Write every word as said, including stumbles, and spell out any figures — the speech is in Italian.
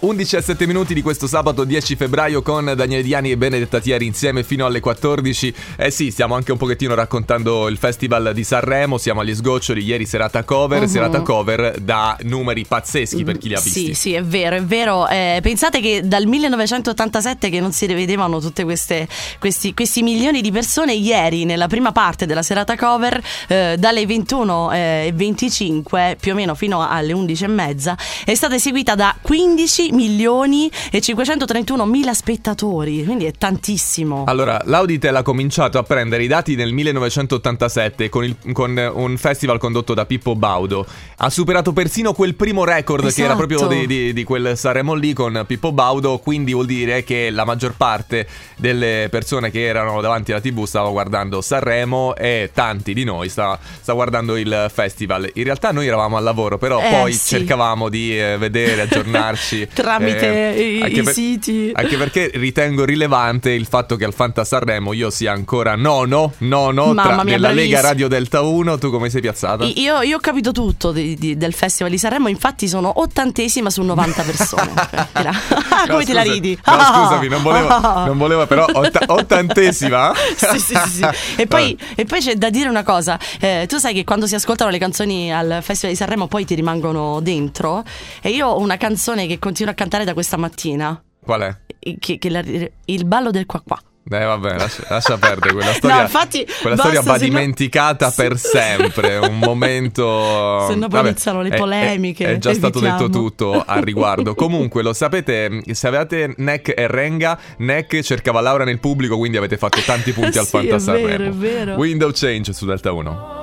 undici e sette minuti di questo sabato dieci febbraio con Daniele Diani e Benedetta Thieri insieme fino alle quattordici. Eh sì, stiamo anche un pochettino raccontando il Festival di Sanremo, siamo agli sgoccioli, ieri serata cover, uh-huh. serata cover da numeri pazzeschi per chi li ha visti. Sì, sì, è vero, è vero. Eh, pensate che dal millenovecentottantasette che non si rivedevano tutte queste questi, questi milioni di persone, ieri nella prima parte della serata cover eh, dalle ventuno e venticinque più o meno fino alle undici e mezza è stata eseguita da quindici milioni e cinquecentotrentuno mila spettatori, quindi è tantissimo. Allora, l'Auditel ha cominciato a prendere i dati nel millenovecentottantasette con, il, con un festival condotto da Pippo Baudo. Ha superato persino quel primo record, esatto, che era proprio di, di, di quel Sanremo lì con Pippo Baudo, quindi vuol dire che la maggior parte delle persone che erano davanti alla tivù stava guardando Sanremo e tanti di noi sta, sta guardando il festival. In realtà noi eravamo al lavoro, però eh, poi sì. cercavamo di eh, vedere, aggiornarci tramite eh, i, i per, siti. Anche perché ritengo rilevante il fatto che al Fanta Sanremo io sia ancora nono, nono tra, mia, nella Lega Radio Delta uno. Tu come sei piazzata? Io, io ho capito tutto di, di, del Festival di Sanremo, infatti sono ottantesima su novanta persone. Era... no, come scusa, te la ridi? No, scusami, non volevo, non volevo però otta, ottantesima? sì, sì, sì, sì. E, poi, e poi c'è da dire una cosa, eh, tu sai che quando si ascoltano le canzoni al Festival di Sanremo poi ti rimangono dentro, e io ho una canzone che continuo a cantare da questa mattina. Qual è? Che, che la, il ballo del qua qua. Eh vabbè, lascia, lascia perdere quella storia. No, infatti, quella basta, storia va no... dimenticata sì. per sempre. Un momento. Se no poi vabbè, iniziano le polemiche. È, è, è già evitiamo. stato detto tutto al riguardo. Comunque, lo sapete, se avevate Neck e Renga, Neck cercava Laura nel pubblico, quindi avete fatto tanti punti al sì, Fanta è Sanremo. vero, è vero. Window Change su Delta uno.